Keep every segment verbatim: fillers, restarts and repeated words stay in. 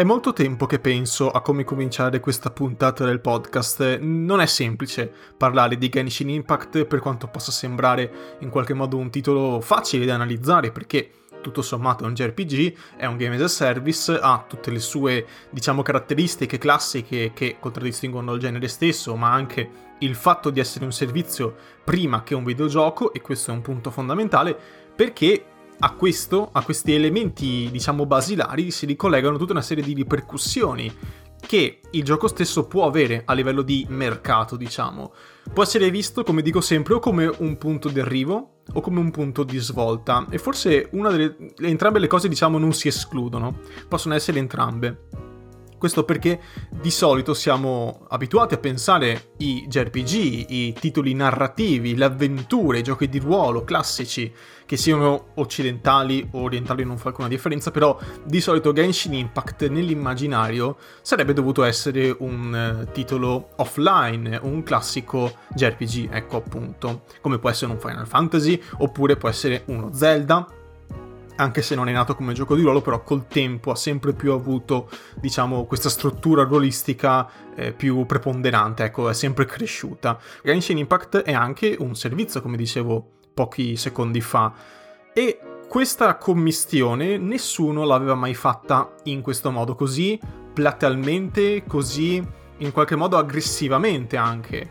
È molto tempo che penso a come cominciare questa puntata del podcast. Non è semplice parlare di Genshin Impact, per quanto possa sembrare in qualche modo un titolo facile da analizzare, perché tutto sommato è un J R P G, è un game as a service, ha tutte le sue, diciamo, caratteristiche classiche che contraddistinguono il genere stesso, ma anche il fatto di essere un servizio prima che un videogioco, e questo è un punto fondamentale, perché a questo, a questi elementi, diciamo, basilari si ricollegano tutta una serie di ripercussioni che il gioco stesso può avere a livello di mercato, diciamo. Può essere visto, come dico sempre, o come un punto di arrivo o come un punto di svolta, e forse una delle, entrambe le cose, diciamo, non si escludono, possono essere entrambe. Questo perché di solito siamo abituati a pensare i J R P G, i titoli narrativi, le avventure, i giochi di ruolo classici, che siano occidentali o orientali non fa alcuna differenza, però di solito Genshin Impact nell'immaginario sarebbe dovuto essere un uh, titolo offline, un classico J R P G, ecco appunto, come può essere un Final Fantasy, oppure può essere uno Zelda, anche se non è nato come gioco di ruolo, però col tempo ha sempre più avuto, diciamo, questa struttura ruolistica eh, più preponderante, ecco, è sempre cresciuta. Genshin Impact è anche un servizio, come dicevo pochi secondi fa, e questa commistione nessuno l'aveva mai fatta in questo modo, così platealmente, così in qualche modo aggressivamente anche.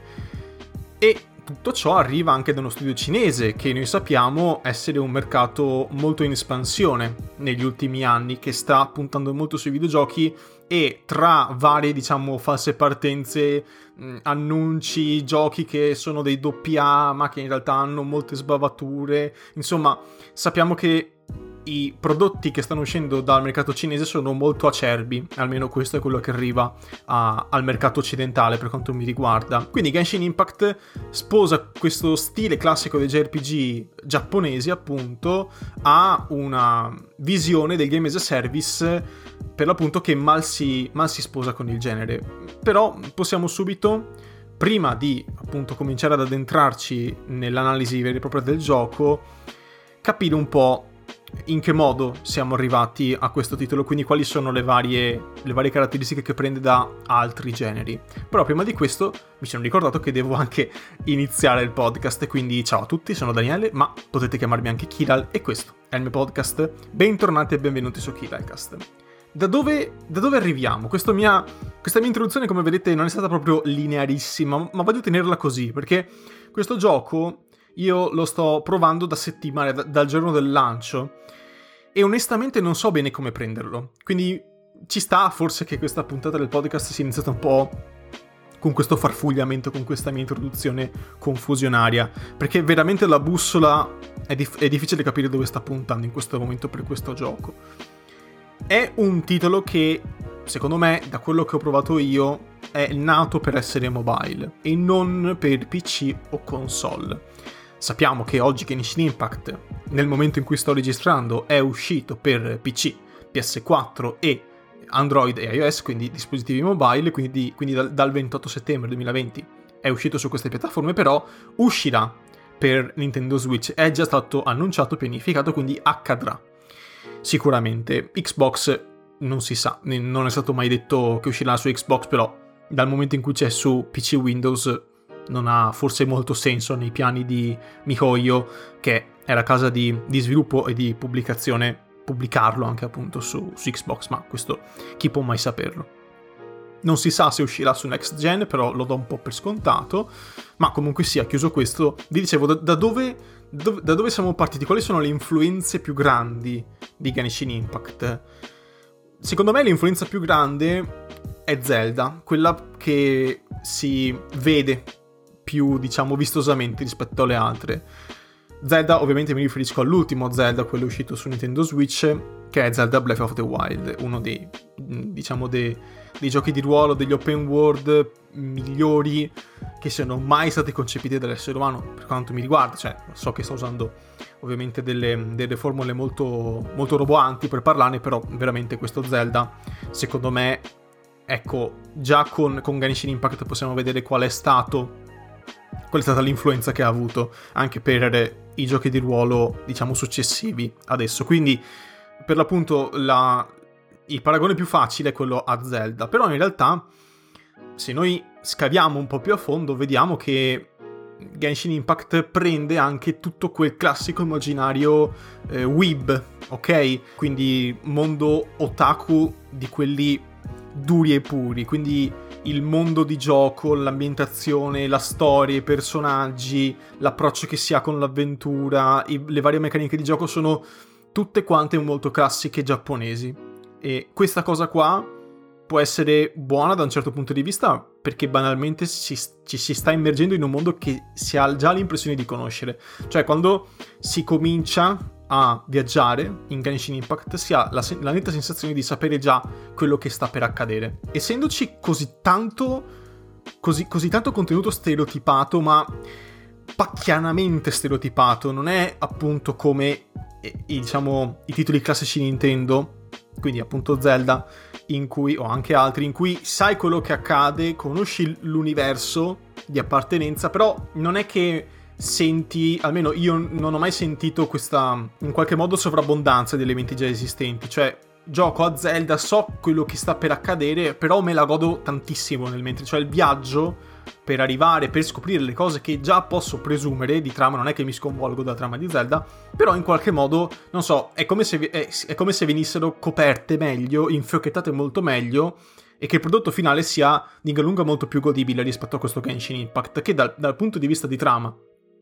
E tutto ciò arriva anche da uno studio cinese, che noi sappiamo essere un mercato molto in espansione negli ultimi anni, che sta puntando molto sui videogiochi, e tra varie, diciamo, false partenze, mh, annunci, giochi che sono dei doppia A ma che in realtà hanno molte sbavature, insomma sappiamo che i prodotti che stanno uscendo dal mercato cinese sono molto acerbi, almeno questo è quello che arriva a, al mercato occidentale per quanto mi riguarda. Quindi Genshin Impact sposa questo stile classico dei J R P G giapponesi, appunto, a una visione del game as a service, per l'appunto, che mal si, mal si sposa con il genere. Però possiamo subito, prima di appunto cominciare ad addentrarci nell'analisi vera e propria del gioco, capire un po' in che modo siamo arrivati a questo titolo, quindi quali sono le varie, le varie caratteristiche che prende da altri generi. Però prima di questo mi sono ricordato che devo anche iniziare il podcast, quindi ciao a tutti, sono Daniele, ma potete chiamarmi anche Kiral, e questo è il mio podcast. Bentornati e benvenuti su Kiralcast. Da dove, da dove arriviamo? Questa mia, questa mia introduzione, come vedete, non è stata proprio linearissima, ma voglio tenerla così, perché questo gioco io lo sto provando da settimane, da, dal giorno del lancio, e onestamente non so bene come prenderlo. Quindi ci sta forse che questa puntata del podcast sia iniziata un po' con questo farfugliamento, con questa mia introduzione confusionaria, perché veramente la bussola è, dif- è difficile capire dove sta puntando in questo momento per questo gioco. È un titolo che, secondo me, da quello che ho provato io, è nato per essere mobile e non per P C o console. Sappiamo che oggi Genshin Impact, nel momento in cui sto registrando, è uscito per P C, P S quattro e Android e iOS, quindi dispositivi mobile, quindi, quindi dal, dal ventotto settembre duemilaventi è uscito su queste piattaforme, però uscirà per Nintendo Switch, è già stato annunciato, pianificato, quindi accadrà. Sicuramente Xbox non si sa, non è stato mai detto che uscirà su Xbox, però dal momento in cui c'è su P C Windows non ha forse molto senso nei piani di MiHoYo, che è la casa di, di sviluppo e di pubblicazione, pubblicarlo anche appunto su, su Xbox, ma questo chi può mai saperlo. Non si sa se uscirà su Next Gen, però lo do un po' per scontato, ma comunque sia, chiuso questo, vi dicevo da, da, dove, dove, da dove siamo partiti, quali sono le influenze più grandi di Genshin Impact. Secondo me l'influenza più grande è Zelda, quella che si vede più, diciamo, vistosamente rispetto alle altre. Zelda, ovviamente mi riferisco all'ultimo Zelda, quello uscito su Nintendo Switch, che è Zelda Breath of the Wild, uno dei, diciamo, dei, dei giochi di ruolo, degli open world migliori che siano mai stati concepiti dall'essere umano, per quanto mi riguarda. Cioè, so che sto usando ovviamente delle, delle formule molto, molto roboanti per parlarne, però veramente questo Zelda, secondo me, ecco, già con, con Genshin Impact possiamo vedere qual è stato qual è stata l'influenza che ha avuto anche per i giochi di ruolo, diciamo, successivi adesso. Quindi, per l'appunto, la, il paragone più facile è quello a Zelda, però in realtà se noi scaviamo un po' più a fondo vediamo che Genshin Impact prende anche tutto quel classico immaginario eh, weeb, ok? Quindi mondo otaku di quelli duri e puri, quindi il mondo di gioco, l'ambientazione, la storia, i personaggi, l'approccio che si ha con l'avventura, i, le varie meccaniche di gioco sono tutte quante molto classiche giapponesi. E questa cosa qua può essere buona da un certo punto di vista perché banalmente ci, ci si sta immergendo in un mondo che si ha già l'impressione di conoscere. Cioè quando si comincia a viaggiare in Genshin Impact si ha la, la netta sensazione di sapere già quello che sta per accadere. Essendoci così tanto così, così tanto contenuto stereotipato, ma pacchianamente stereotipato, non è appunto come eh, diciamo i titoli classici Nintendo, quindi appunto Zelda, in cui o anche altri in cui sai quello che accade, conosci l'universo di appartenenza, però non è che senti, almeno io non ho mai sentito questa in qualche modo sovrabbondanza di elementi già esistenti. Cioè gioco a Zelda, so quello che sta per accadere, però me la godo tantissimo nel mentre, cioè il viaggio per arrivare, per scoprire le cose che già posso presumere di trama, non è che mi sconvolgo dalla trama di Zelda, però in qualche modo, non so, è come se, è, è come se venissero coperte meglio, infiocchettate molto meglio, e che il prodotto finale sia di gran lunga molto più godibile rispetto a questo Genshin Impact, che dal, dal punto di vista di trama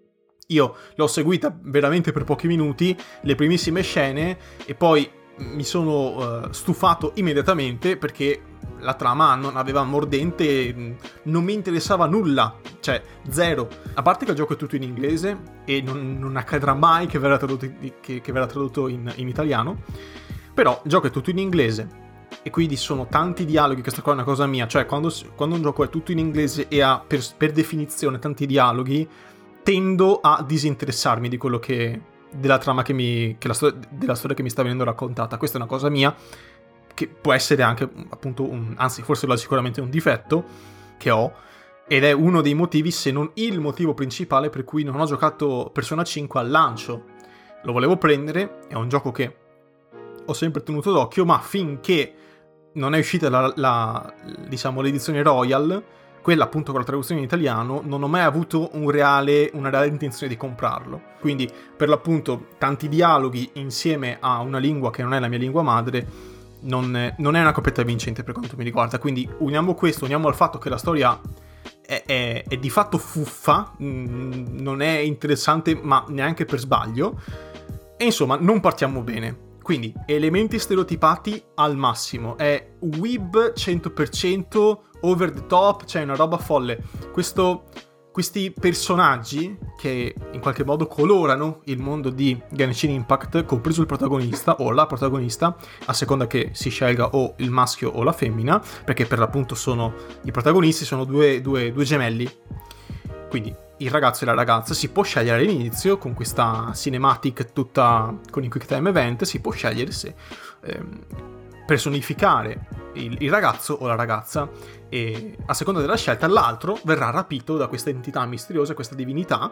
io l'ho seguita veramente per pochi minuti, le primissime scene, e poi mi sono uh, stufato immediatamente perché la trama non aveva mordente, non mi interessava nulla, cioè zero. A parte che il gioco è tutto in inglese e non, non accadrà mai che verrà tradotto, che, che verrà tradotto in, in italiano, però il gioco è tutto in inglese e quindi sono tanti dialoghi. Questa qua è una cosa mia, cioè quando, quando un gioco è tutto in inglese e ha per, per definizione tanti dialoghi, tendo a disinteressarmi di quello che della trama che mi che la storia, della storia che mi sta venendo raccontata. Questa è una cosa mia, che può essere anche appunto un, anzi forse lo è sicuramente un difetto che ho, ed è uno dei motivi, se non il motivo principale, per cui non ho giocato Persona cinque al lancio. Lo volevo prendere, è un gioco che ho sempre tenuto d'occhio, ma finché non è uscita la, la diciamo l'edizione Royal, quella appunto con la traduzione in italiano, non ho mai avuto un reale, una reale intenzione di comprarlo. Quindi per l'appunto tanti dialoghi insieme a una lingua che non è la mia lingua madre non è, non è una coppia vincente per quanto mi riguarda. Quindi uniamo questo, uniamo al fatto che la storia è, è, è di fatto fuffa, mh, non è interessante ma neanche per sbaglio, e insomma non partiamo bene. Quindi elementi stereotipati al massimo, è weeb cento per cento, over the top, cioè una roba folle. Questo, questi personaggi che in qualche modo colorano il mondo di Genshin Impact, compreso il protagonista o la protagonista, a seconda che si scelga o il maschio o la femmina, perché per l'appunto sono i protagonisti, sono due, due, due gemelli. Quindi il ragazzo e la ragazza, si può scegliere all'inizio con questa cinematic tutta con i quick time event, si può scegliere se ehm, personificare il, il ragazzo o la ragazza, e a seconda della scelta l'altro verrà rapito da questa entità misteriosa, questa divinità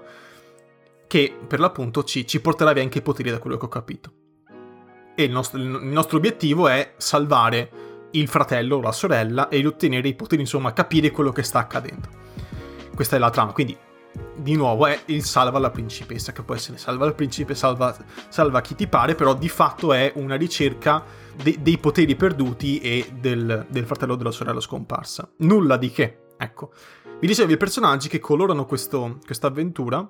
che per l'appunto ci, ci porterà via anche i poteri, da quello che ho capito. E il nostro, il nostro obiettivo è salvare il fratello o la sorella e ottenere i poteri, insomma capire quello che sta accadendo. Questa è la trama, quindi di nuovo è il salva la principessa, che può essere salva il principe, salva, salva chi ti pare, però di fatto è una ricerca de- dei poteri perduti e del, del fratello o della sorella scomparsa. Nulla di che, ecco. Vi dicevo, i personaggi che colorano questo, questa avventura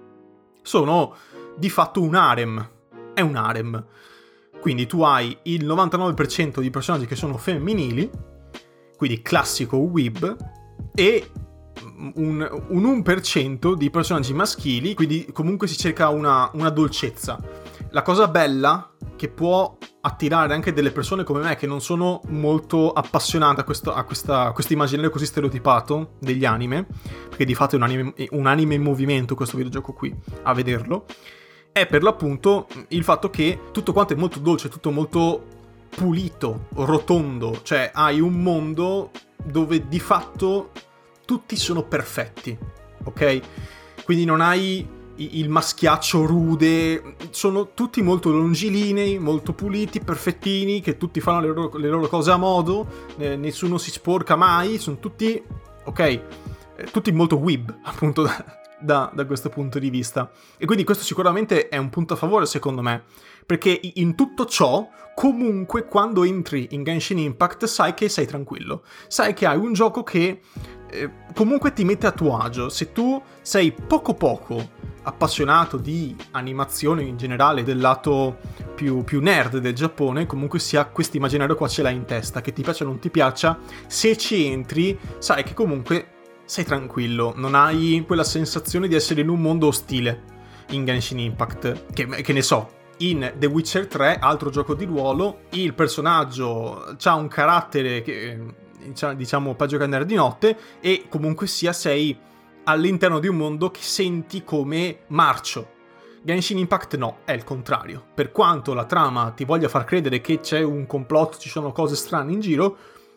sono di fatto un harem, è un harem. Quindi tu hai il novantanove per cento di personaggi che sono femminili, quindi classico weeb, e un, un uno per cento di personaggi maschili, quindi comunque si cerca una, una dolcezza. La cosa bella, che può attirare anche delle persone come me che non sono molto appassionate a questo, a questa, a questo immaginario così stereotipato degli anime, perché di fatto è un anime, un anime in movimento questo videogioco qui, a vederlo, è per l'appunto il fatto che tutto quanto è molto dolce, tutto molto pulito, rotondo, cioè hai un mondo dove di fatto tutti sono perfetti, ok? Quindi non hai il maschiaccio rude, sono tutti molto longilinei, molto puliti, perfettini, che tutti fanno le loro, le loro cose a modo, eh, nessuno si sporca mai, sono tutti, ok, eh, tutti molto weeb, appunto, da, da, da questo punto di vista. E quindi questo sicuramente è un punto a favore, secondo me, perché in tutto ciò, comunque, quando entri in Genshin Impact, sai che sei tranquillo, sai che hai un gioco che eh, comunque ti mette a tuo agio. Se tu sei poco poco appassionato di animazione in generale, del lato più, più nerd del Giappone, comunque sia questo immaginario qua ce l'hai in testa, che ti piaccia o non ti piaccia, se ci entri sai che comunque sei tranquillo, non hai quella sensazione di essere in un mondo ostile in Genshin Impact, che, che ne so, in The Witcher tre, altro gioco di ruolo, il personaggio ha un carattere che, diciamo, peggio che andare di notte, e comunque sia sei all'interno di un mondo che senti come marcio. Genshin Impact no, è il contrario. Per quanto la trama ti voglia far credere che c'è un complotto, ci sono cose strane in giro,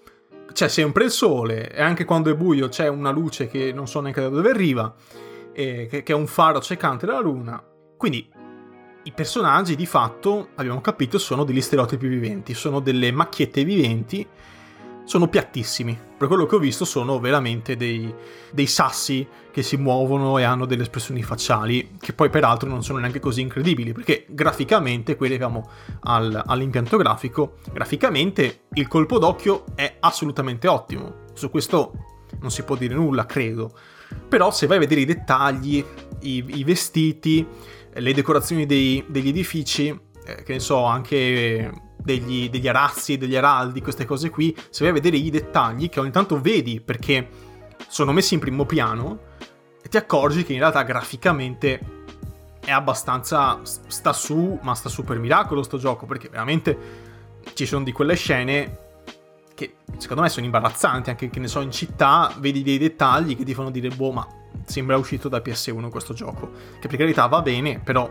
c'è sempre il sole, e anche quando è buio c'è una luce che non so neanche da dove arriva, e che, che è un faro accecante della luna. Quindi i personaggi di fatto, abbiamo capito, sono degli stereotipi viventi, sono delle macchiette viventi, sono piattissimi. Per quello che ho visto sono veramente dei, dei sassi che si muovono e hanno delle espressioni facciali, che poi peraltro non sono neanche così incredibili, perché graficamente, qui arriviamo al, all'impianto grafico, graficamente il colpo d'occhio è assolutamente ottimo. Su questo non si può dire nulla, credo. Però se vai a vedere i dettagli, i, i vestiti, le decorazioni dei, degli edifici, eh, che ne so, anche degli, degli arazzi, degli araldi, queste cose qui, se vai a vedere i dettagli, che ogni tanto vedi perché sono messi in primo piano, e ti accorgi che in realtà graficamente è abbastanza, sta su, ma sta su per miracolo sto gioco, perché veramente ci sono di quelle scene che secondo me sono imbarazzanti, anche che ne so, in città vedi dei dettagli che ti fanno dire boh, ma sembra uscito da P S uno questo gioco, che per carità va bene, però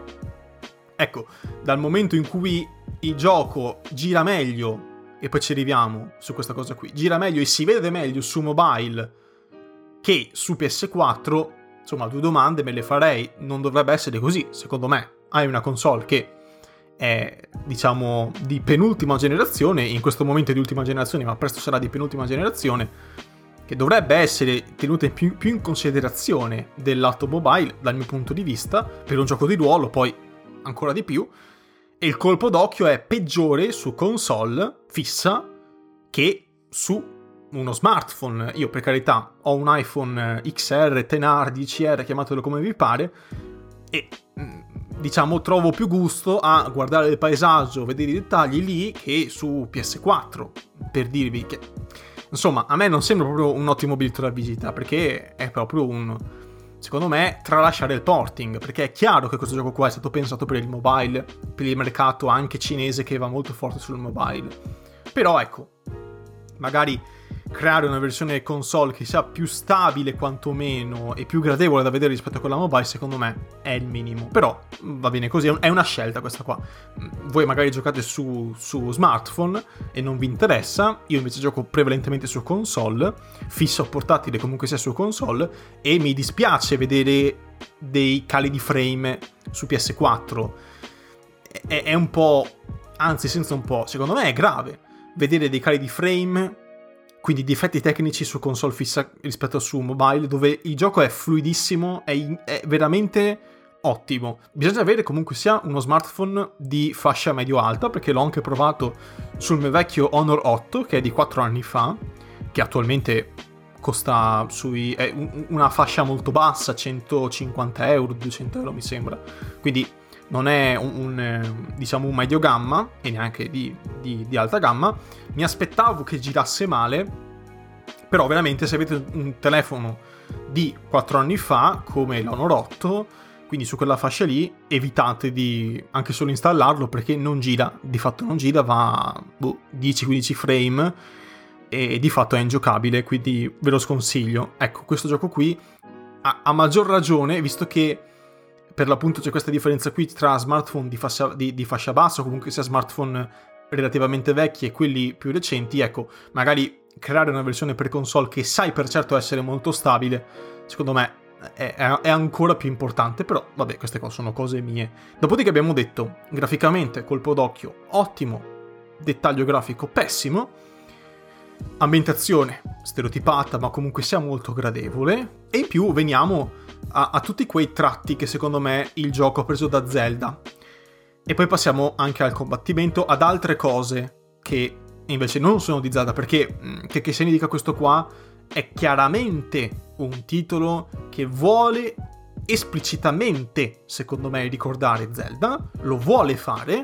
ecco, dal momento in cui il gioco gira meglio, e poi ci arriviamo su questa cosa qui, gira meglio e si vede meglio su mobile che su P S quattro, insomma, due domande me le farei. Non dovrebbe essere così, secondo me. Hai una console che è, diciamo, di penultima generazione, in questo momento è di ultima generazione, ma presto sarà di penultima generazione, che dovrebbe essere tenuta più, più in considerazione del lato mobile, dal mio punto di vista, per un gioco di ruolo, poi ancora di più, e il colpo d'occhio è peggiore su console fissa che su uno smartphone. Io, per carità, ho un iPhone X R, X R, dieci R, chiamatelo come vi pare, e diciamo trovo più gusto a guardare il paesaggio, vedere i dettagli lì, che su P S quattro, per dirvi che insomma a me non sembra proprio un ottimo biglietto da visita, perché è proprio un, secondo me, tralasciare il porting, perché è chiaro che questo gioco qua è stato pensato per il mobile, per il mercato anche cinese che va molto forte sul mobile. Però ecco, magari creare una versione console che sia più stabile quantomeno e più gradevole da vedere rispetto a quella mobile, secondo me è il minimo. Però va bene così, è una scelta questa qua. Voi magari giocate su, su smartphone e non vi interessa, io invece gioco prevalentemente su console, fisso o portatile, comunque sia su console, e mi dispiace vedere dei cali di frame su P S quattro. È, è un po', anzi senza un po', secondo me è grave vedere dei cali di frame, quindi difetti tecnici su console fissa rispetto a su mobile, dove il gioco è fluidissimo, è, in, è veramente ottimo. Bisogna avere comunque sia uno smartphone di fascia medio-alta, perché l'ho anche provato sul mio vecchio Honor otto, che è di quattro anni fa, che attualmente costa sui, è una fascia molto bassa, centocinquanta euro, duecento euro mi sembra, quindi non è un, un diciamo un medio gamma e neanche di, di, di alta gamma. Mi aspettavo che girasse male, però veramente se avete un telefono di quattro anni fa come l'Honor otto, quindi su quella fascia lì, evitate di anche solo installarlo, perché non gira, di fatto non gira, va boh, dieci quindici frame e di fatto è ingiocabile, quindi ve lo sconsiglio. Ecco, questo gioco qui a, a maggior ragione, visto che per l'appunto c'è questa differenza qui tra smartphone di fascia, di, di fascia bassa, o comunque sia smartphone relativamente vecchi e quelli più recenti, ecco, magari creare una versione per console che sai per certo essere molto stabile, secondo me è, è ancora più importante, però vabbè, queste cose sono cose mie. Dopodiché abbiamo detto, graficamente, colpo d'occhio, ottimo, dettaglio grafico pessimo, ambientazione stereotipata ma comunque sia molto gradevole, e in più veniamo a, a tutti quei tratti che secondo me il gioco ha preso da Zelda. E poi passiamo anche al combattimento, ad altre cose che invece non sono di Zelda, perché che, che se ne dica questo qua è chiaramente un titolo che vuole esplicitamente, secondo me, ricordare Zelda, lo vuole fare,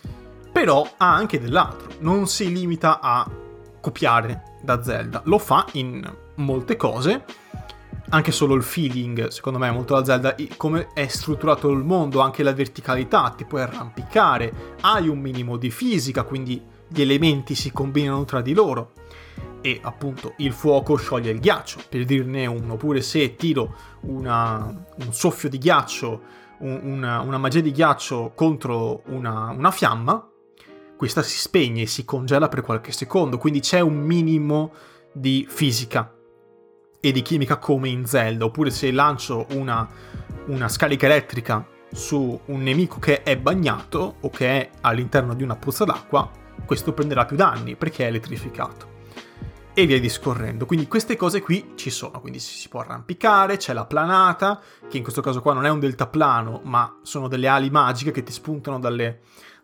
però ha anche dell'altro, non si limita a copiare da Zelda, lo fa in molte cose, anche solo il feeling, secondo me, è molto da Zelda, come è strutturato il mondo, anche la verticalità, ti puoi arrampicare, hai un minimo di fisica, quindi gli elementi si combinano tra di loro, e appunto il fuoco scioglie il ghiaccio, per dirne uno, oppure se tiro una, un soffio di ghiaccio, un, una, una magia di ghiaccio contro una, una fiamma, questa si spegne e si congela per qualche secondo, quindi c'è un minimo di fisica e di chimica come in Zelda. Oppure se lancio una, una scarica elettrica su un nemico che è bagnato o che è all'interno di una pozza d'acqua, questo prenderà più danni perché è elettrificato, e via discorrendo. Quindi queste cose qui ci sono, quindi si può arrampicare, c'è la planata, che in questo caso qua non è un deltaplano, ma sono delle ali magiche che ti spuntano dalle,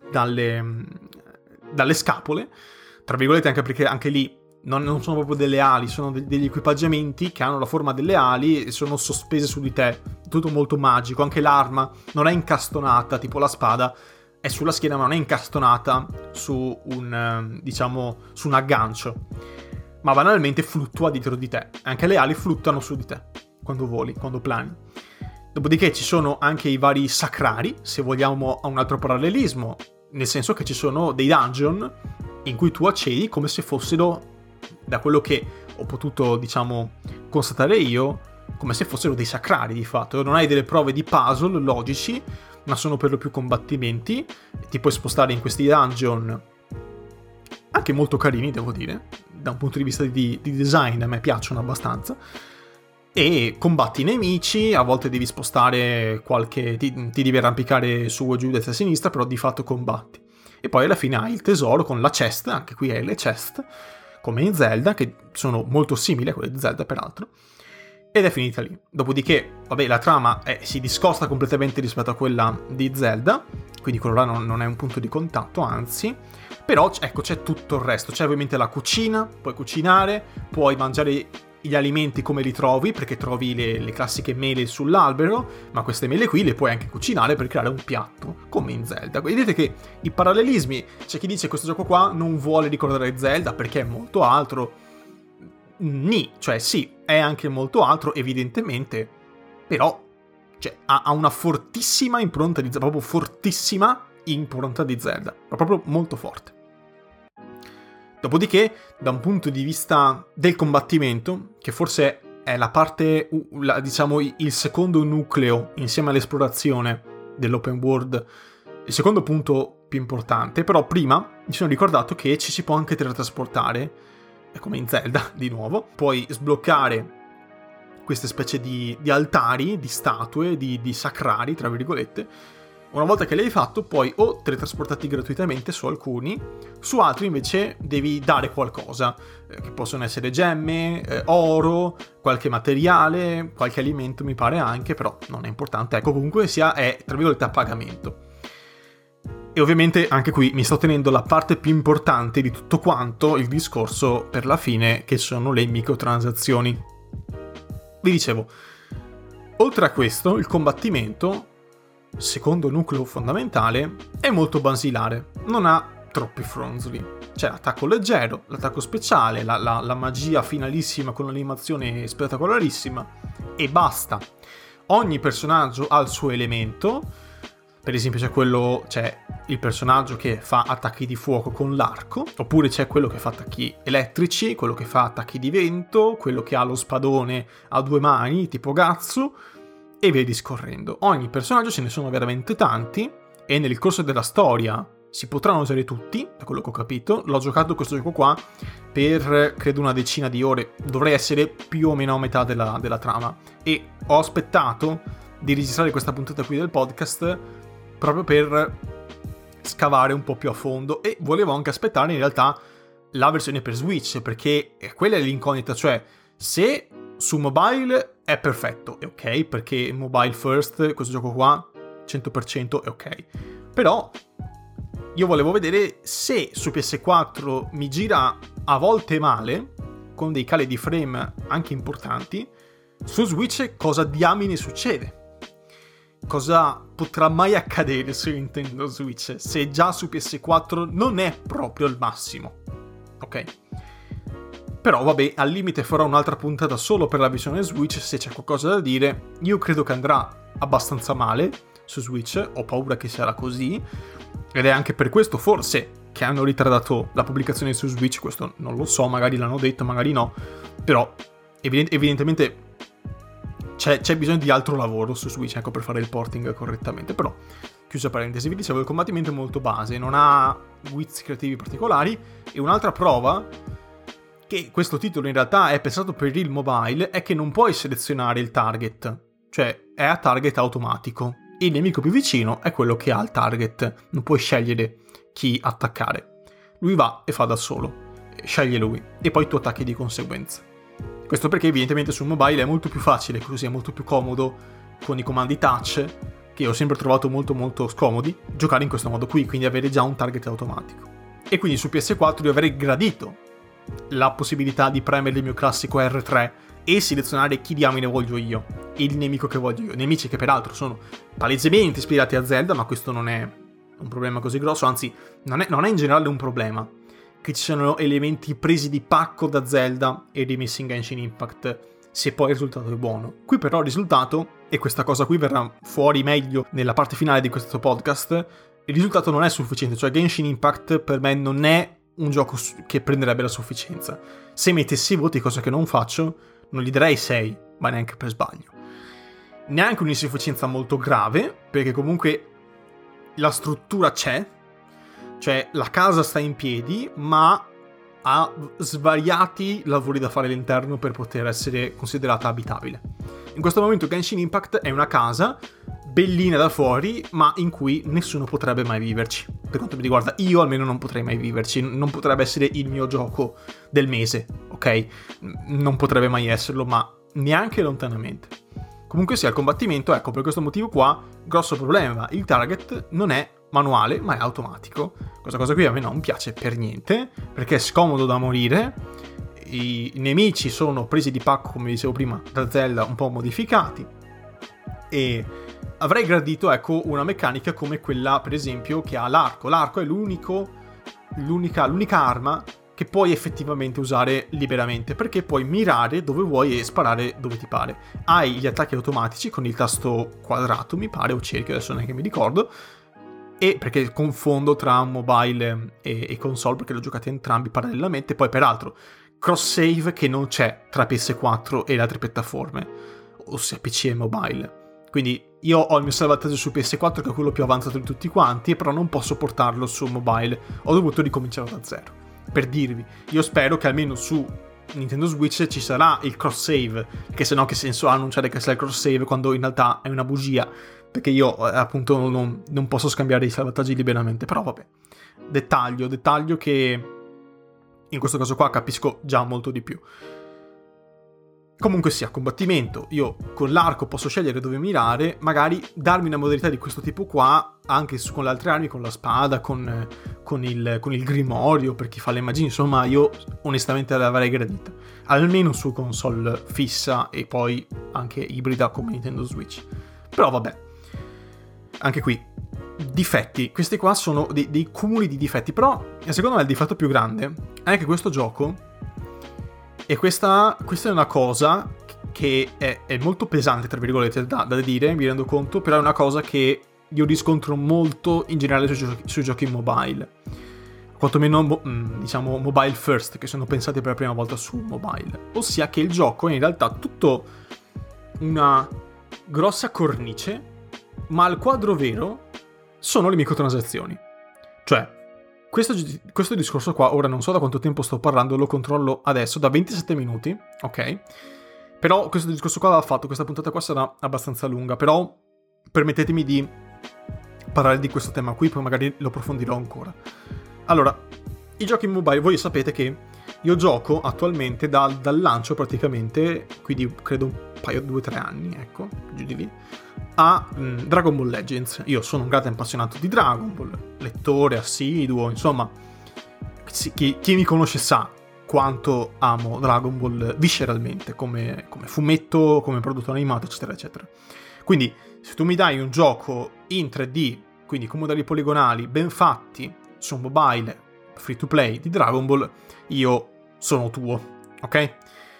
dalle, dalle scapole, tra virgolette, anche perché anche lì non, non sono proprio delle ali, sono de- degli equipaggiamenti che hanno la forma delle ali e sono sospese su di te, tutto molto magico. Anche l'arma non è incastonata, tipo la spada è sulla schiena ma non è incastonata su un, diciamo, su un aggancio, ma banalmente fluttua dietro di te. Anche le ali fluttuano su di te quando voli, quando plani. Dopodiché ci sono anche i vari sacrari, se vogliamo a un altro parallelismo, nel senso che ci sono dei dungeon in cui tu accedi come se fossero, da quello che ho potuto, diciamo, constatare io, come se fossero dei sacrari di fatto. Non hai delle prove di puzzle logici, ma sono per lo più combattimenti. Ti puoi spostare in questi dungeon, anche molto carini, devo dire, da un punto di vista di, di design a me piacciono abbastanza, e combatti i nemici, a volte devi spostare qualche, ti, ti devi arrampicare su o giù, destra e sinistra, però di fatto combatti. E poi alla fine hai il tesoro con la chest, anche qui hai le chest, come in Zelda, che sono molto simili a quelle di Zelda peraltro, ed è finita lì. Dopodiché, vabbè, la trama è, si discosta completamente rispetto a quella di Zelda, quindi quello là non, non è un punto di contatto, anzi, però ecco, c'è tutto il resto. C'è ovviamente la cucina, puoi cucinare, puoi mangiare gli alimenti come li trovi, perché trovi le, le classiche mele sull'albero, ma queste mele qui le puoi anche cucinare per creare un piatto, come in Zelda. Quindi vedete che i parallelismi, c'è chi dice che questo gioco qua non vuole ricordare Zelda perché è molto altro, Ni, cioè sì, è anche molto altro evidentemente, però cioè, ha, ha una fortissima impronta di Zelda, proprio fortissima impronta di Zelda, ma proprio molto forte. Dopodiché, da un punto di vista del combattimento, che forse è la parte, la, diciamo, il secondo nucleo insieme all'esplorazione dell'open world, il secondo punto più importante, però prima mi sono ricordato che ci si può anche teletrasportare, è come in Zelda, di nuovo, puoi sbloccare queste specie di, di altari, di statue, di, di sacrari, tra virgolette. Una volta che l'hai fatto, puoi o teletrasportarti gratuitamente su alcuni, su altri invece devi dare qualcosa, eh, che possono essere gemme, eh, oro, qualche materiale, qualche alimento mi pare anche, però non è importante, ecco, comunque sia è, tra virgolette, a pagamento. E ovviamente anche qui mi sto tenendo la parte più importante di tutto quanto, il discorso per la fine, che sono le microtransazioni. Vi dicevo, oltre a questo, il combattimento, secondo nucleo fondamentale, è molto basilare, non ha troppi fronzoli. C'è l'attacco leggero, l'attacco speciale, la, la, la magia finalissima con l'animazione spettacolarissima, e basta. Ogni personaggio ha il suo elemento. Per esempio c'è quello, c'è il personaggio che fa attacchi di fuoco con l'arco, oppure c'è quello che fa attacchi elettrici, quello che fa attacchi di vento, quello che ha lo spadone a due mani, tipo Gatsu, e via discorrendo. Ogni personaggio, ce ne sono veramente tanti, e nel corso della storia si potranno usare tutti, da quello che ho capito. L'ho giocato questo gioco qua per credo una decina di ore, dovrei essere più o meno a metà della, della trama, e ho aspettato di registrare questa puntata qui del podcast proprio per scavare un po' più a fondo, e volevo anche aspettare in realtà la versione per Switch, perché quella è l'incognita, cioè se su mobile è perfetto, è ok, perché mobile first questo gioco qua cento per cento è ok, però io volevo vedere se su P S quattro mi gira a volte male, con dei cali di frame anche importanti, su Switch cosa diamine succede, cosa potrà mai accadere su Nintendo Switch se già su P S quattro non è proprio il massimo, ok? Però vabbè, al limite farò un'altra puntata solo per la versione Switch se c'è qualcosa da dire. Io credo che andrà abbastanza male su Switch, ho paura che sarà così, ed è anche per questo forse che hanno ritardato la pubblicazione su Switch, questo non lo so, magari l'hanno detto, magari no, però evident- evidentemente c'è, c'è bisogno di altro lavoro su Switch, ecco, per fare il porting correttamente. Però, chiusa parentesi, vi dicevo, il combattimento è molto base, non ha guizzi creativi particolari, e un'altra prova che questo titolo in realtà è pensato per il mobile è che non puoi selezionare il target, cioè è a target automatico. Il nemico più vicino è quello che ha il target, non puoi scegliere chi attaccare. Lui va e fa da solo, sceglie lui, e poi tu attacchi di conseguenza. Questo perché evidentemente sul mobile è molto più facile, così è molto più comodo con i comandi touch, che ho sempre trovato molto molto scomodi, giocare in questo modo qui, quindi avere già un target automatico. E quindi su P S quattro io avrei gradito la possibilità di premere il mio classico R tre e selezionare chi diamine voglio io, e il nemico che voglio io, nemici che peraltro sono palesemente ispirati a Zelda, ma questo non è un problema così grosso, anzi non è, non è in generale un problema che ci siano elementi presi di pacco da Zelda e rimessi in Genshin Impact, se poi il risultato è buono. Qui però il risultato, e questa cosa qui verrà fuori meglio nella parte finale di questo podcast, il risultato non è sufficiente, cioè Genshin Impact per me non è un gioco che prenderebbe la sufficienza. Se mettessi i voti, cosa che non faccio, non gli darei sei, ma neanche per sbaglio. Neanche un'insufficienza molto grave, perché comunque la struttura c'è, cioè la casa sta in piedi, ma ha svariati lavori da fare all'interno per poter essere considerata abitabile. In questo momento Genshin Impact è una casa bellina da fuori, ma in cui nessuno potrebbe mai viverci. Per quanto mi riguarda, io almeno non potrei mai viverci, non potrebbe essere il mio gioco del mese, ok? Non potrebbe mai esserlo, ma neanche lontanamente. Comunque sia, il combattimento, ecco, per questo motivo qua, grosso problema, il target non è manuale, ma è automatico. Questa cosa qui a me non piace per niente, perché è scomodo da morire, i nemici sono presi di pacco, come dicevo prima, da Zelda, un po' modificati, e avrei gradito, ecco, una meccanica come quella, per esempio, che ha l'arco. L'arco è l'unico, l'unica, l'unica arma che puoi effettivamente usare liberamente, perché puoi mirare dove vuoi e sparare dove ti pare. Hai gli attacchi automatici con il tasto quadrato, mi pare, o cerchio, adesso neanche mi ricordo, e perché confondo tra mobile e, e console, perché l'ho giocati entrambi parallelamente. Poi peraltro cross save che non c'è tra P S quattro e le altre piattaforme, ossia P C e mobile. Quindi io ho il mio salvataggio su P S quattro, che è quello più avanzato di tutti quanti, però non posso portarlo su mobile, ho dovuto ricominciare da zero. Per dirvi, io spero che almeno su Nintendo Switch ci sarà il cross save, che se no che senso ha annunciare che sarà il cross save quando in realtà è una bugia, perché io appunto non, non posso scambiare i salvataggi liberamente. Però vabbè, dettaglio, dettaglio che in questo caso qua capisco già molto di più. Comunque sia, combattimento, io con l'arco posso scegliere dove mirare, magari darmi una modalità di questo tipo qua anche su, con le altre armi, con la spada, con, con, il, con il grimorio per chi fa le magie. Insomma, io onestamente l'avrei gradita, almeno su console fissa e poi anche ibrida come Nintendo Switch. Però vabbè, anche qui difetti, questi qua sono dei, dei cumuli di difetti, però secondo me il difetto più grande è che questo gioco, e questa, questa è una cosa che è, è molto pesante, tra virgolette, da, da dire, mi rendo conto, però è una cosa che io riscontro molto in generale sui giochi, sui giochi mobile, quantomeno diciamo mobile first, che sono pensati per la prima volta su mobile, ossia che il gioco è in realtà tutto una grossa cornice, ma al quadro vero sono le microtransazioni. Cioè, questo, questo discorso qua, ora non so da quanto tempo sto parlando, lo controllo adesso, da ventisette minuti, ok? Però questo discorso qua va fatto, questa puntata qua sarà abbastanza lunga, però permettetemi di parlare di questo tema qui, poi magari lo approfondirò ancora. Allora, i giochi mobile, voi sapete che io gioco attualmente da, dal lancio praticamente, quindi credo un paio, due o tre anni, ecco, giù di lì, a mh, Dragon Ball Legends. Io sono un grande appassionato di Dragon Ball, lettore assiduo, insomma, chi, chi mi conosce sa quanto amo Dragon Ball visceralmente, come, come fumetto, come prodotto animato, eccetera, eccetera. Quindi, se tu mi dai un gioco in tre D, quindi con modelli poligonali ben fatti, su mobile, free to play di Dragon Ball, io sono tuo, ok?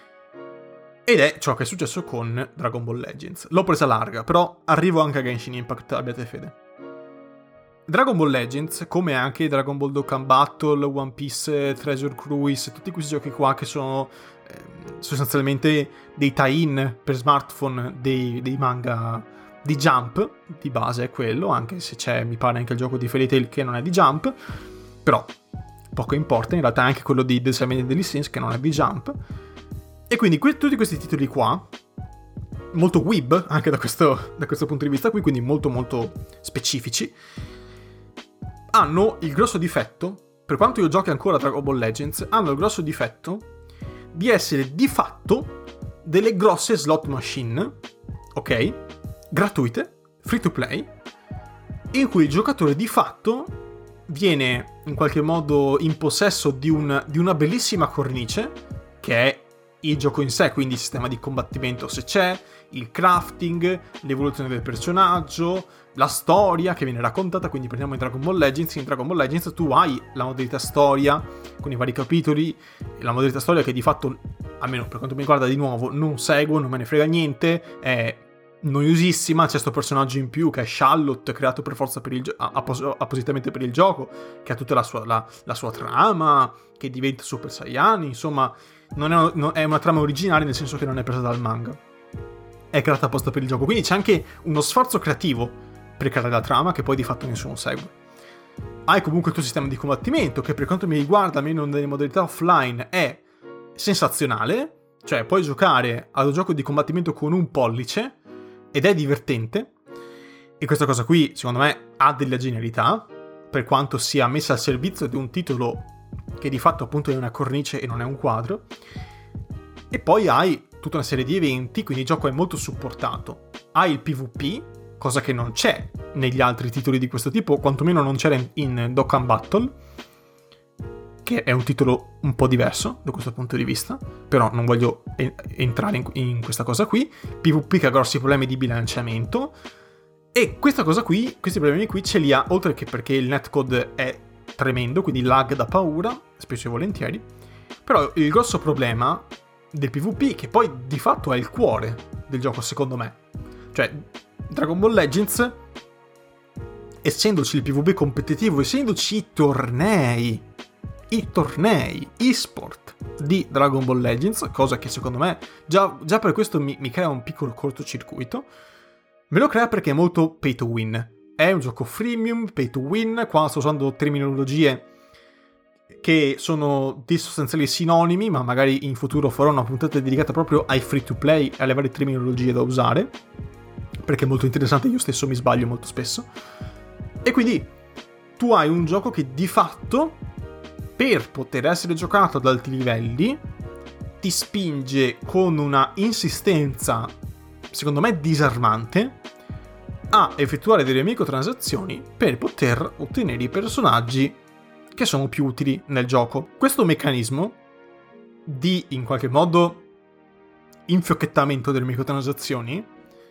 Ed è ciò che è successo con Dragon Ball Legends. L'ho presa larga, però arrivo anche a Genshin Impact, abbiate fede. Dragon Ball Legends, come anche Dragon Ball Dokkan Battle, One Piece, Treasure Cruise, tutti questi giochi qua che sono eh, sostanzialmente dei tie-in per smartphone dei, dei manga di Jump, di base è quello, anche se c'è, mi pare, anche il gioco di Fairy Tail che non è di Jump, però poco importa, in realtà anche quello di The Seven Deadly Sins che non è di Jump. E quindi que- tutti questi titoli qua, molto weeb anche da questo, da questo punto di vista qui, quindi molto molto specifici, hanno il grosso difetto, per quanto io giochi ancora a Dragon Ball Legends, hanno il grosso difetto di essere di fatto delle grosse slot machine, ok? Gratuite, free to play, in cui il giocatore di fatto viene in qualche modo in possesso di, un, di una bellissima cornice, che è il gioco in sé, quindi il sistema di combattimento se c'è, il crafting, l'evoluzione del personaggio, la storia che viene raccontata. Quindi prendiamo in Dragon Ball Legends, in Dragon Ball Legends tu hai la modalità storia con i vari capitoli, la modalità storia che di fatto, almeno per quanto mi riguarda, di nuovo non seguo, non me ne frega niente, è noiosissima. C'è sto personaggio in più che è Charlotte, creato per forza per il gio- appos- appositamente per il gioco, che ha tutta la sua, la, la sua trama, che diventa Super Saiyan, insomma non è, non è una trama originale, nel senso che non è presa dal manga, è creata apposta per il gioco, quindi c'è anche uno sforzo creativo per creare la trama che poi di fatto nessuno segue. Hai comunque il tuo sistema di combattimento che, per quanto mi riguarda, almeno nelle modalità offline, è sensazionale, cioè puoi giocare ad un gioco di combattimento con un pollice ed è divertente, e questa cosa qui secondo me ha della genialità, per quanto sia messa al servizio di un titolo che di fatto appunto è una cornice e non è un quadro. E poi hai tutta una serie di eventi, quindi il gioco è molto supportato. Hai il PvP, cosa che non c'è negli altri titoli di questo tipo, quantomeno non c'era in, in Dokkan Battle, che è un titolo un po' diverso da questo punto di vista, però non voglio en- entrare in, in questa cosa qui. PvP che ha grossi problemi di bilanciamento, e questa cosa qui, questi problemi qui ce li ha, oltre che perché il netcode è tremendo, quindi lag da paura, spesso e volentieri. Però il grosso problema del PvP, che poi di fatto è il cuore del gioco secondo me, cioè Dragon Ball Legends, essendoci il PvP competitivo, essendoci i tornei, i tornei e-sport di Dragon Ball Legends, cosa che secondo me già, già per questo mi, mi crea un piccolo cortocircuito, me lo crea perché è molto pay to win. È un gioco freemium, pay to win. Qua sto usando terminologie che sono di sostanziali sinonimi, ma magari in futuro farò una puntata dedicata proprio ai free to play e alle varie terminologie da usare, perché è molto interessante, io stesso mi sbaglio molto spesso. E quindi tu hai un gioco che di fatto, per poter essere giocato ad alti livelli, ti spinge con una insistenza, secondo me, disarmante a effettuare delle microtransazioni per poter ottenere i personaggi che sono più utili nel gioco. Questo meccanismo di, in qualche modo, infiocchettamento delle microtransazioni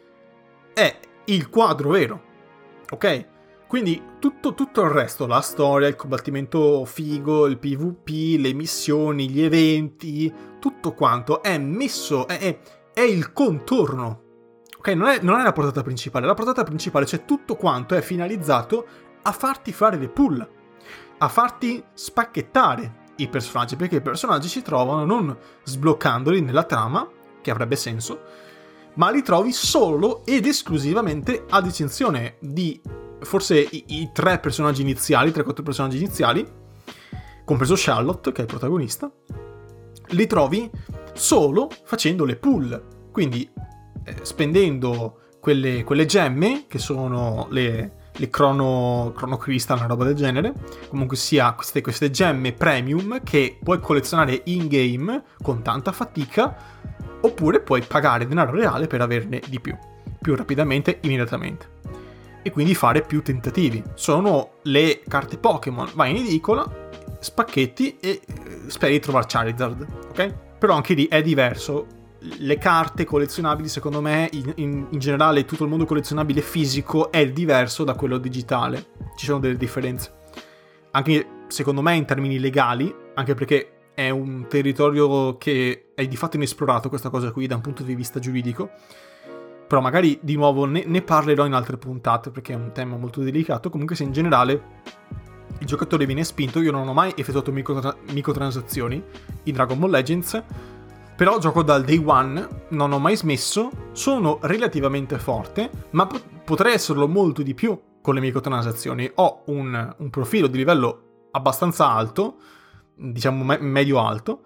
è il quadro vero, ok? Quindi tutto, tutto il resto, la storia, il combattimento figo, il PvP, le missioni, gli eventi, tutto quanto è messo, è, è, è il contorno. Ok, non è, non è la portata principale, la portata principale, cioè tutto quanto è finalizzato a farti fare le pull, a farti spacchettare i personaggi, perché i personaggi si trovano non sbloccandoli nella trama, che avrebbe senso, ma li trovi solo ed esclusivamente, a distinzione di forse i, i tre personaggi iniziali, tre quattro personaggi iniziali, compreso Charlotte, che è il protagonista, li trovi solo facendo le pull, quindi eh, spendendo quelle, quelle gemme, che sono le, le chrono, chrono crystal, una roba del genere, comunque sia queste, queste gemme premium che puoi collezionare in game con tanta fatica, oppure puoi pagare denaro reale per averne di più, più rapidamente, immediatamente, e quindi fare più tentativi. Sono le carte Pokémon, vai in edicola, spacchetti e speri di trovare Charizard, ok? Però anche lì è diverso. Le carte collezionabili, secondo me, in, in, in generale tutto il mondo collezionabile fisico è diverso da quello digitale. Ci sono delle differenze. Anche, secondo me, in termini legali, anche perché è un territorio che è di fatto inesplorato, questa cosa qui, da un punto di vista giuridico. Però magari, di nuovo, ne, ne parlerò in altre puntate, perché è un tema molto delicato. Comunque, se in generale il giocatore viene spinto, io non ho mai effettuato microtra- microtransazioni in Dragon Ball Legends, però gioco dal day one, non ho mai smesso, sono relativamente forte, ma po- potrei esserlo molto di più con le microtransazioni. Ho un, un profilo di livello abbastanza alto, diciamo me- medio-alto,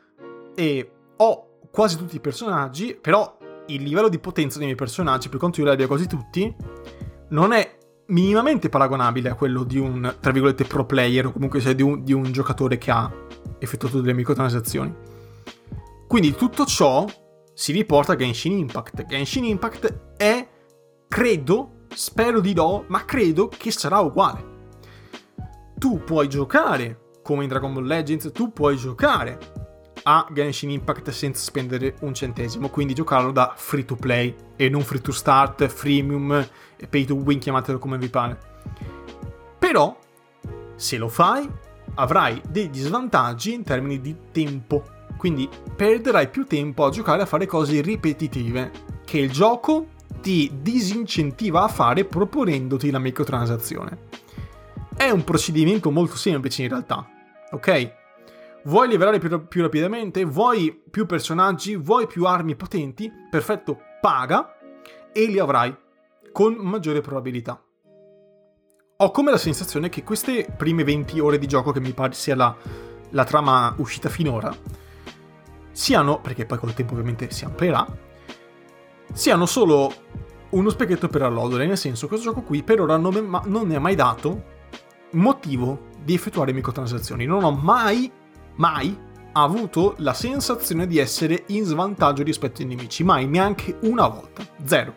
e ho quasi tutti i personaggi, però il livello di potenza dei miei personaggi, per quanto io li abbia quasi tutti, non è minimamente paragonabile a quello di un, tra virgolette, pro player, o comunque sia di un, di un giocatore che ha effettuato delle microtransazioni. Quindi tutto ciò si riporta a Genshin Impact. Genshin Impact è, credo, spero di no, ma credo che sarà uguale. Tu puoi giocare come in Dragon Ball Legends, tu puoi giocare a Genshin Impact senza spendere un centesimo, quindi giocarlo da free to play e non free to start, freemium, pay to win, chiamatelo come vi pare. Però, se lo fai, avrai degli svantaggi in termini di tempo. Quindi perderai più tempo a giocare a fare cose ripetitive che il gioco ti disincentiva a fare proponendoti la microtransazione. È un procedimento molto semplice in realtà, ok? Vuoi livelare più, più rapidamente? Vuoi più personaggi? Vuoi più armi potenti? Perfetto, paga e li avrai con maggiore probabilità. Ho come la sensazione che queste prime venti ore di gioco, che mi pare sia la, la trama uscita finora, siano, perché poi col tempo ovviamente si amplierà, siano solo uno specchietto per allodole, nel senso che questo gioco qui per ora non, me, non ne ha mai dato motivo di effettuare microtransazioni. Non ho mai, mai avuto la sensazione di essere in svantaggio rispetto ai nemici, mai, neanche una volta, zero.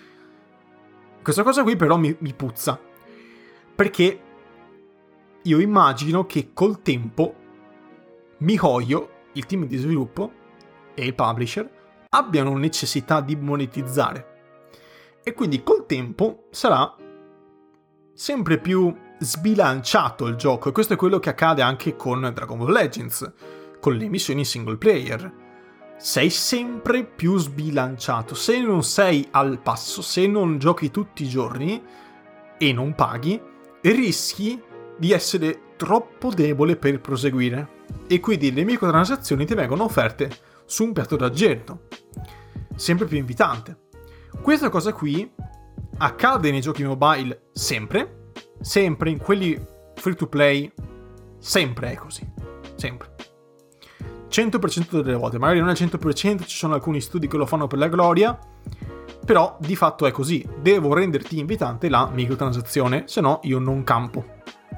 Questa cosa qui però mi, mi puzza, perché io immagino che col tempo MiHoYo, il team di sviluppo e il publisher, abbiano necessità di monetizzare, e quindi col tempo sarà sempre più sbilanciato il gioco, e questo è quello che accade anche con Dragon Ball Legends, con le missioni single player. Sei sempre più sbilanciato. Se non sei al passo, se non giochi tutti i giorni e non paghi, rischi di essere troppo debole per proseguire, e quindi le microtransazioni ti vengono offerte su un piatto d'argento, sempre più invitante. Questa cosa qui accade nei giochi mobile sempre, sempre in quelli free to play, sempre è così, sempre. cento per cento delle volte, magari non è cento per cento, ci sono alcuni studi che lo fanno per la gloria, però di fatto è così. Devo renderti invitante la microtransazione, se no io non campo.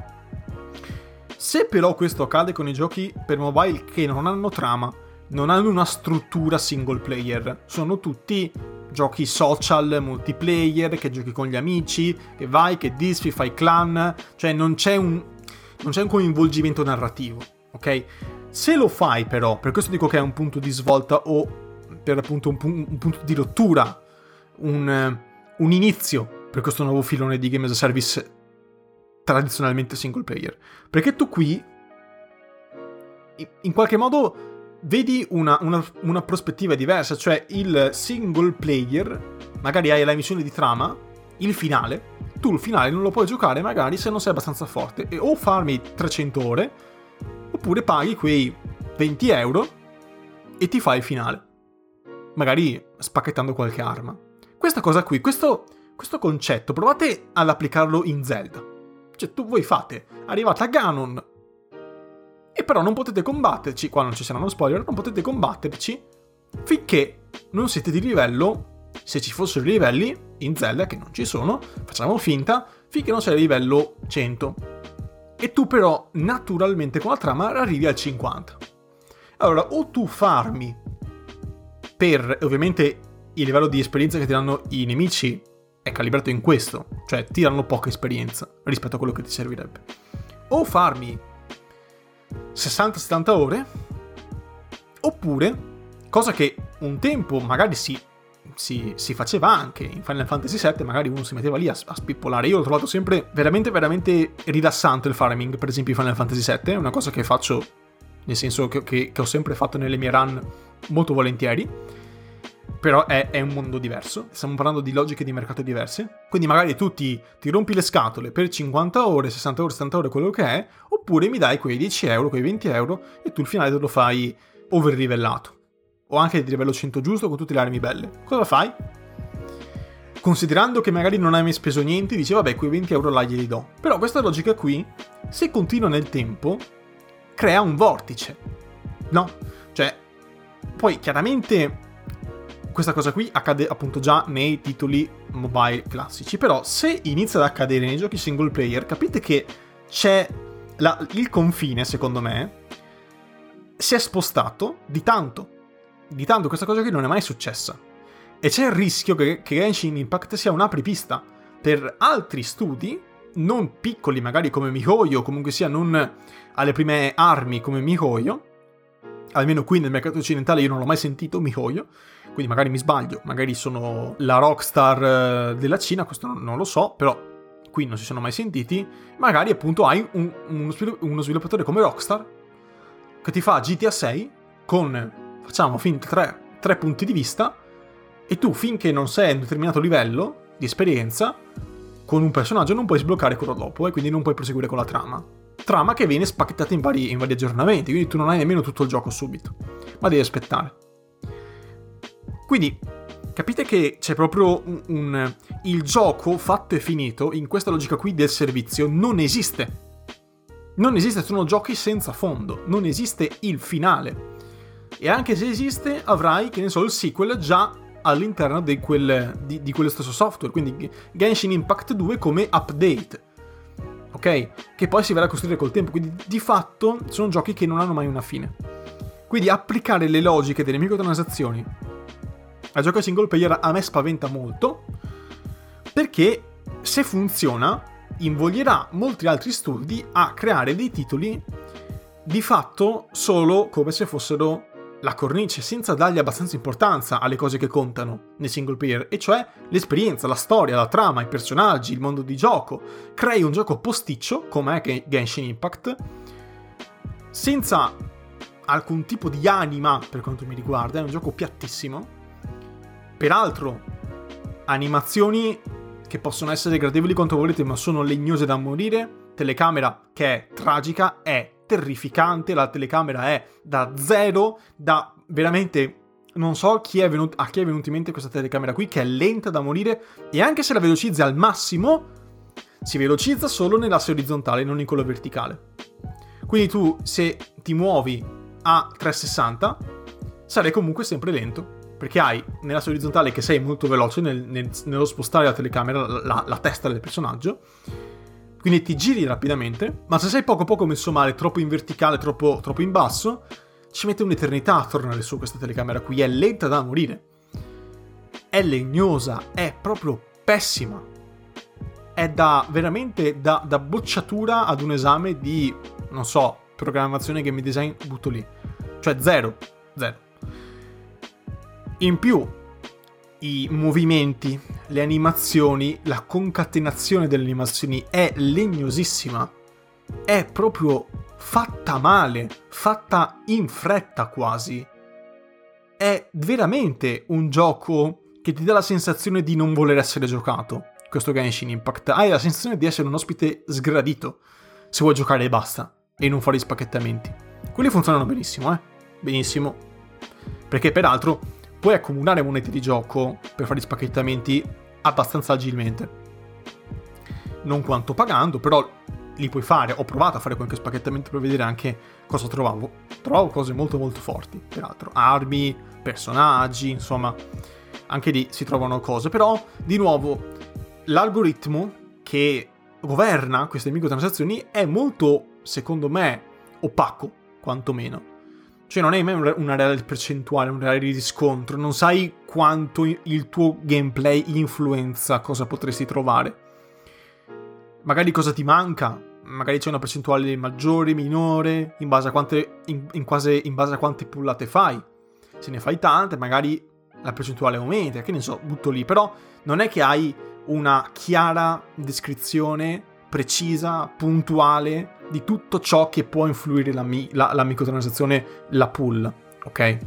Se però questo accade con i giochi per mobile che non hanno trama, non hanno una struttura single player, sono tutti giochi social, multiplayer, che giochi con gli amici, che vai, che disfi, fai clan, cioè non c'è un, non c'è un coinvolgimento narrativo, ok? Se lo fai però, per questo dico che è un punto di svolta, o per appunto un, pu- un punto di rottura, un, un inizio per questo nuovo filone di Game as a Service tradizionalmente single player, perché tu qui in qualche modo vedi una, una, una prospettiva diversa, cioè il single player, magari hai la missione di trama, il finale, tu il finale non lo puoi giocare magari se non sei abbastanza forte, e o farmi trecento ore, oppure paghi quei venti euro e ti fai il finale, magari spacchettando qualche arma. Questa cosa qui, questo questo concetto provate ad applicarlo in Zelda. Cioè, tu voi fate, arrivate a Ganon, e però non potete combatterci, qua non ci saranno spoiler, non potete combatterci finché non siete di livello, se ci fossero livelli in Zelda, che non ci sono, facciamo finta, finché non sei a livello cento. E tu però, naturalmente, con la trama arrivi al cinquanta. Allora, o tu farmi per, ovviamente, il livello di esperienza che ti danno i nemici è calibrato in questo, cioè ti danno poca esperienza rispetto a quello che ti servirebbe. O farmi sessanta settanta ore, oppure, cosa che un tempo magari si, si, si faceva anche in Final Fantasy sette, magari uno si metteva lì a, a spippolare. Io l'ho trovato sempre veramente veramente rilassante il farming, per esempio in Final Fantasy sette, è una cosa che faccio, nel senso che, che, che ho sempre fatto nelle mie run molto volentieri. Però è, è un mondo diverso, stiamo parlando di logiche di mercato diverse, quindi magari tu ti, ti rompi le scatole per cinquanta ore, sessanta ore, settanta ore, quello che è, oppure mi dai quei dieci euro, quei venti euro e tu il finale te lo fai over livellato, o anche di livello cento giusto con tutte le armi belle. Cosa fai? Considerando che magari non hai mai speso niente, dici vabbè, quei venti euro là glieli do. Però questa logica qui, se continua nel tempo, crea un vortice, no? Cioè, poi chiaramente questa cosa qui accade appunto già nei titoli mobile classici, però se inizia ad accadere nei giochi single player, capite che c'è la, il confine, secondo me, si è spostato di tanto, di tanto questa cosa qui non è mai successa, e c'è il rischio che, che Genshin Impact sia un'apripista per altri studi, non piccoli magari come MiHoYo, comunque sia non alle prime armi come MiHoYo, almeno qui nel mercato occidentale io non l'ho mai sentito MiHoYo, quindi magari mi sbaglio, magari sono la Rockstar della Cina, questo non lo so, però qui non si sono mai sentiti. Magari appunto hai un, uno, svilupp- uno sviluppatore come Rockstar che ti fa G T A sei con, facciamo finta, tre, tre punti di vista, e tu finché non sei a un determinato livello di esperienza con un personaggio non puoi sbloccare quello dopo e quindi non puoi proseguire con la trama. Trama che viene spacchettata in vari, in vari aggiornamenti, quindi tu non hai nemmeno tutto il gioco subito, ma devi aspettare. Quindi capite che c'è proprio un, un... il gioco fatto e finito, in questa logica qui del servizio, non esiste. Non esiste, sono giochi senza fondo, non esiste il finale. E anche se esiste, avrai, che ne so, il sequel già all'interno di, quel, di, di quello stesso software, quindi Genshin Impact due come update, ok? Che poi si verrà a costruire col tempo, quindi di fatto sono giochi che non hanno mai una fine. Quindi applicare le logiche delle microtransazioni al gioco single player a me spaventa molto, perché se funziona invoglierà molti altri studi a creare dei titoli di fatto solo come se fossero la cornice, senza dargli abbastanza importanza alle cose che contano nel single player, e cioè l'esperienza, la storia, la trama, i personaggi, il mondo di gioco. Crei un gioco posticcio, come è Genshin Impact, senza alcun tipo di anima per quanto mi riguarda, è un gioco piattissimo. Peraltro, animazioni che possono essere gradevoli quanto volete, ma sono legnose da morire. Telecamera che è tragica, è terrificante, la telecamera è da zero, da veramente... Non so chi è venuto, a chi è venuto in mente questa telecamera qui, che è lenta da morire, e anche se la velocizzi al massimo, si velocizza solo nell'asse orizzontale, non in quello verticale. Quindi tu, se ti muovi a trecentosessanta, sarai comunque sempre lento, perché hai nell'asse orizzontale che sei molto veloce nel, nel, nello spostare la telecamera, la, la testa del personaggio, quindi ti giri rapidamente, ma se sei poco poco messo male, troppo in verticale, troppo, troppo in basso, ci mette un'eternità a tornare su questa telecamera qui, è lenta da morire, è legnosa, è proprio pessima, è da veramente da, da bocciatura ad un esame di, non so, programmazione game design, butto lì, cioè zero, zero. In più, i movimenti, le animazioni, la concatenazione delle animazioni è legnosissima, è proprio fatta male, fatta in fretta quasi. È veramente un gioco che ti dà la sensazione di non voler essere giocato, questo Genshin Impact. Hai la sensazione di essere un ospite sgradito, se vuoi giocare e basta, e non fare spacchettamenti. Quelli funzionano benissimo, eh? Benissimo. Perché peraltro puoi accumulare monete di gioco per fare gli spacchettamenti abbastanza agilmente. Non quanto pagando, però li puoi fare. Ho provato a fare qualche spacchettamento per vedere anche cosa trovavo. Trovavo cose molto molto forti, peraltro. Armi, personaggi, insomma, anche lì si trovano cose. Però, di nuovo, l'algoritmo che governa queste microtransazioni è molto, secondo me, opaco, quantomeno. Cioè non hai mai una reale percentuale, un reale riscontro, non sai quanto il tuo gameplay influenza cosa potresti trovare. Magari cosa ti manca, magari c'è una percentuale maggiore, minore, in base a quante, in, in quasi, in base a quante pullate fai. Se ne fai tante, magari la percentuale aumenta, che ne so, butto lì. Però non è che hai una chiara descrizione precisa, puntuale di tutto ciò che può influire la, mi- la, la microtransazione, la pull, ok?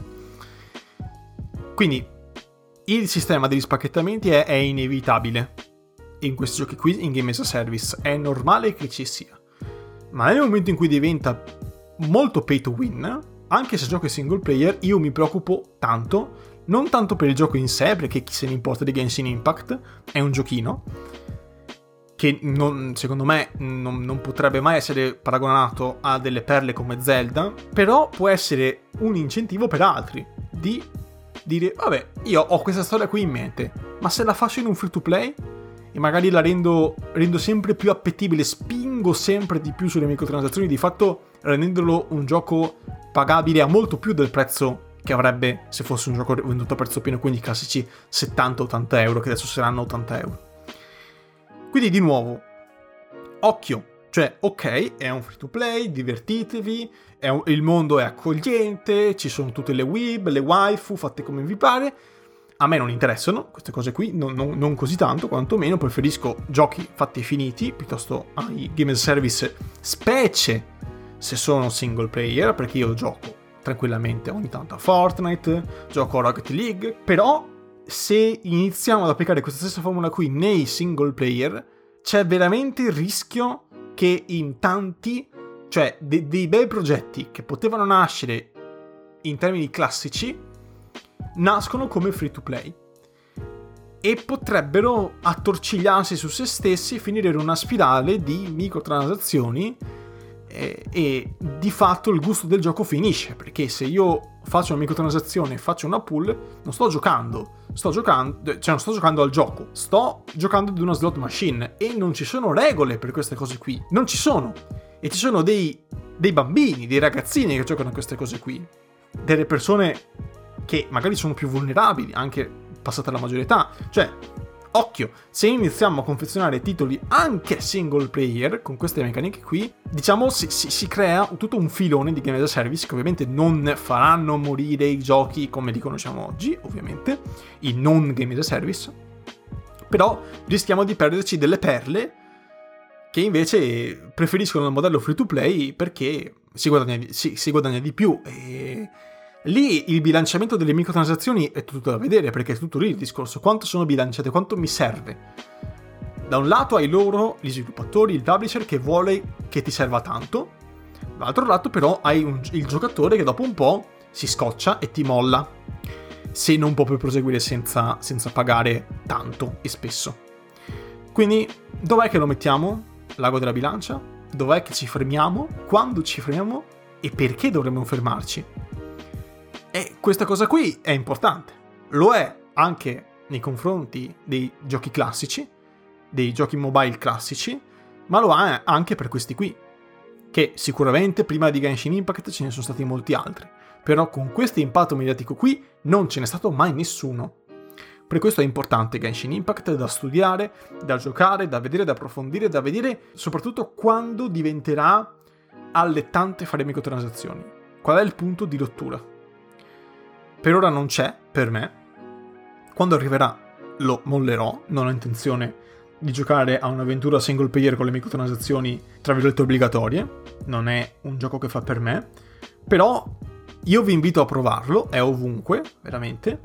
Quindi il sistema degli spacchettamenti è, è inevitabile in questi giochi qui, in Game as a Service, è normale che ci sia, ma nel momento in cui diventa molto pay to win, anche se gioco single player, io mi preoccupo tanto, non tanto per il gioco in sé, perché chi se ne importa di Genshin Impact, è un giochino che non, secondo me non, non potrebbe mai essere paragonato a delle perle come Zelda, però può essere un incentivo per altri di dire, vabbè, io ho questa storia qui in mente, ma se la faccio in un free to play e magari la rendo, rendo sempre più appetibile, spingo sempre di più sulle microtransazioni, di fatto rendendolo un gioco pagabile a molto più del prezzo che avrebbe se fosse un gioco venduto a prezzo pieno, quindi classici settanta ottanta euro, che adesso saranno ottanta euro. Quindi di nuovo, occhio, cioè ok, è un free to play, divertitevi, è un, il mondo è accogliente, ci sono tutte le weeb, le waifu, fatte come vi pare. A me non interessano queste cose qui, non, non, non così tanto, quantomeno preferisco giochi fatti e finiti, piuttosto ai game as a service, specie se sono single player, perché io gioco tranquillamente ogni tanto a Fortnite, gioco a Rocket League, però se iniziamo ad applicare questa stessa formula qui nei single player, c'è veramente il rischio che in tanti, cioè de- dei bei progetti che potevano nascere in termini classici, nascono come free to play e potrebbero attorcigliarsi su se stessi e finire in una spirale di microtransazioni e, e di fatto il gusto del gioco finisce, perché se io faccio una microtransazione e faccio una pull, non sto giocando, sto giocando, cioè non sto giocando al gioco, sto giocando ad una slot machine e non ci sono regole per queste cose qui, non ci sono, e ci sono dei, dei bambini, dei ragazzini che giocano a queste cose qui, delle persone che magari sono più vulnerabili, anche passata la maggiore età, cioè occhio, se iniziamo a confezionare titoli anche single player con queste meccaniche qui, diciamo si, si, si crea tutto un filone di game as a service che ovviamente non faranno morire i giochi come li conosciamo oggi, ovviamente, i non game as a service, però rischiamo di perderci delle perle che invece preferiscono il modello free to play perché si guadagna, si, si guadagna di più e lì il bilanciamento delle microtransazioni è tutto da vedere, perché è tutto lì il discorso, quanto sono bilanciate, quanto mi serve. Da un lato hai loro, gli sviluppatori, il publisher che vuole che ti serva tanto, dall'altro lato però hai un, il giocatore che dopo un po' si scoccia e ti molla, se non può più proseguire senza, senza pagare tanto e spesso. Quindi dov'è che lo mettiamo? L'ago della bilancia? Dov'è che ci fermiamo? Quando ci fermiamo? E perché dovremmo fermarci? E questa cosa qui è importante, lo è anche nei confronti dei giochi classici, dei giochi mobile classici, ma lo è anche per questi qui, che sicuramente prima di Genshin Impact ce ne sono stati molti altri, però con questo impatto mediatico qui non ce n'è stato mai nessuno. Per questo è importante Genshin Impact, da studiare, da giocare, da vedere, da approfondire, da vedere soprattutto quando diventerà allettante fare microtransazioni. Qual è il punto di rottura? Per ora non c'è, per me. Quando arriverà lo mollerò, non ho intenzione di giocare a un'avventura single player con le microtransazioni tra virgolette obbligatorie, non è un gioco che fa per me, però io vi invito a provarlo, è ovunque, veramente,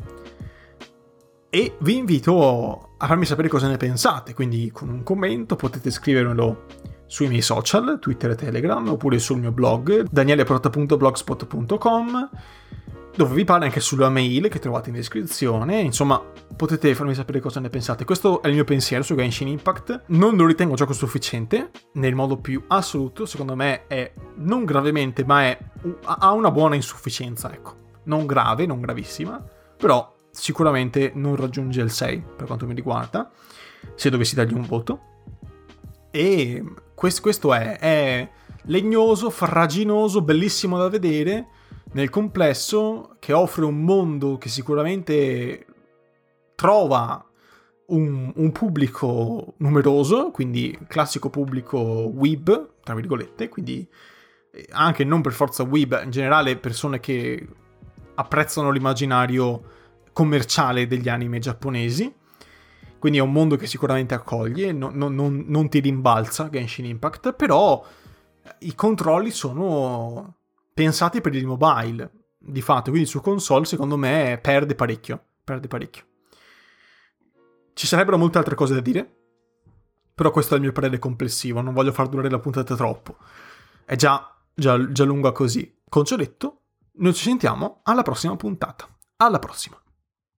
e vi invito a farmi sapere cosa ne pensate, quindi con un commento potete scrivermelo sui miei social, Twitter e Telegram, oppure sul mio blog daniele protta punto blogspot punto com. dove vi parla anche sulla mail che trovate in descrizione. Insomma, potete farmi sapere cosa ne pensate. Questo è il mio pensiero su Genshin Impact. Non lo ritengo gioco sufficiente nel modo più assoluto. Secondo me è non gravemente, ma è ha una buona insufficienza, ecco. Non grave, non gravissima, però sicuramente non raggiunge il sei per quanto mi riguarda, se dovessi dargli un voto. E questo, questo è, è legnoso, farraginoso, bellissimo da vedere nel complesso, che offre un mondo che sicuramente trova un, un pubblico numeroso, quindi classico pubblico weeb, tra virgolette, quindi anche non per forza weeb, in generale persone che apprezzano l'immaginario commerciale degli anime giapponesi. Quindi è un mondo che sicuramente accoglie, non, non, non, non ti rimbalza Genshin Impact, però i controlli sono pensati per il mobile, di fatto, quindi su console secondo me perde parecchio, perde parecchio. Ci sarebbero molte altre cose da dire, però questo è il mio parere complessivo, non voglio far durare la puntata troppo, è già, già, già lunga così. Con ciò detto, noi ci sentiamo alla prossima puntata. Alla prossima!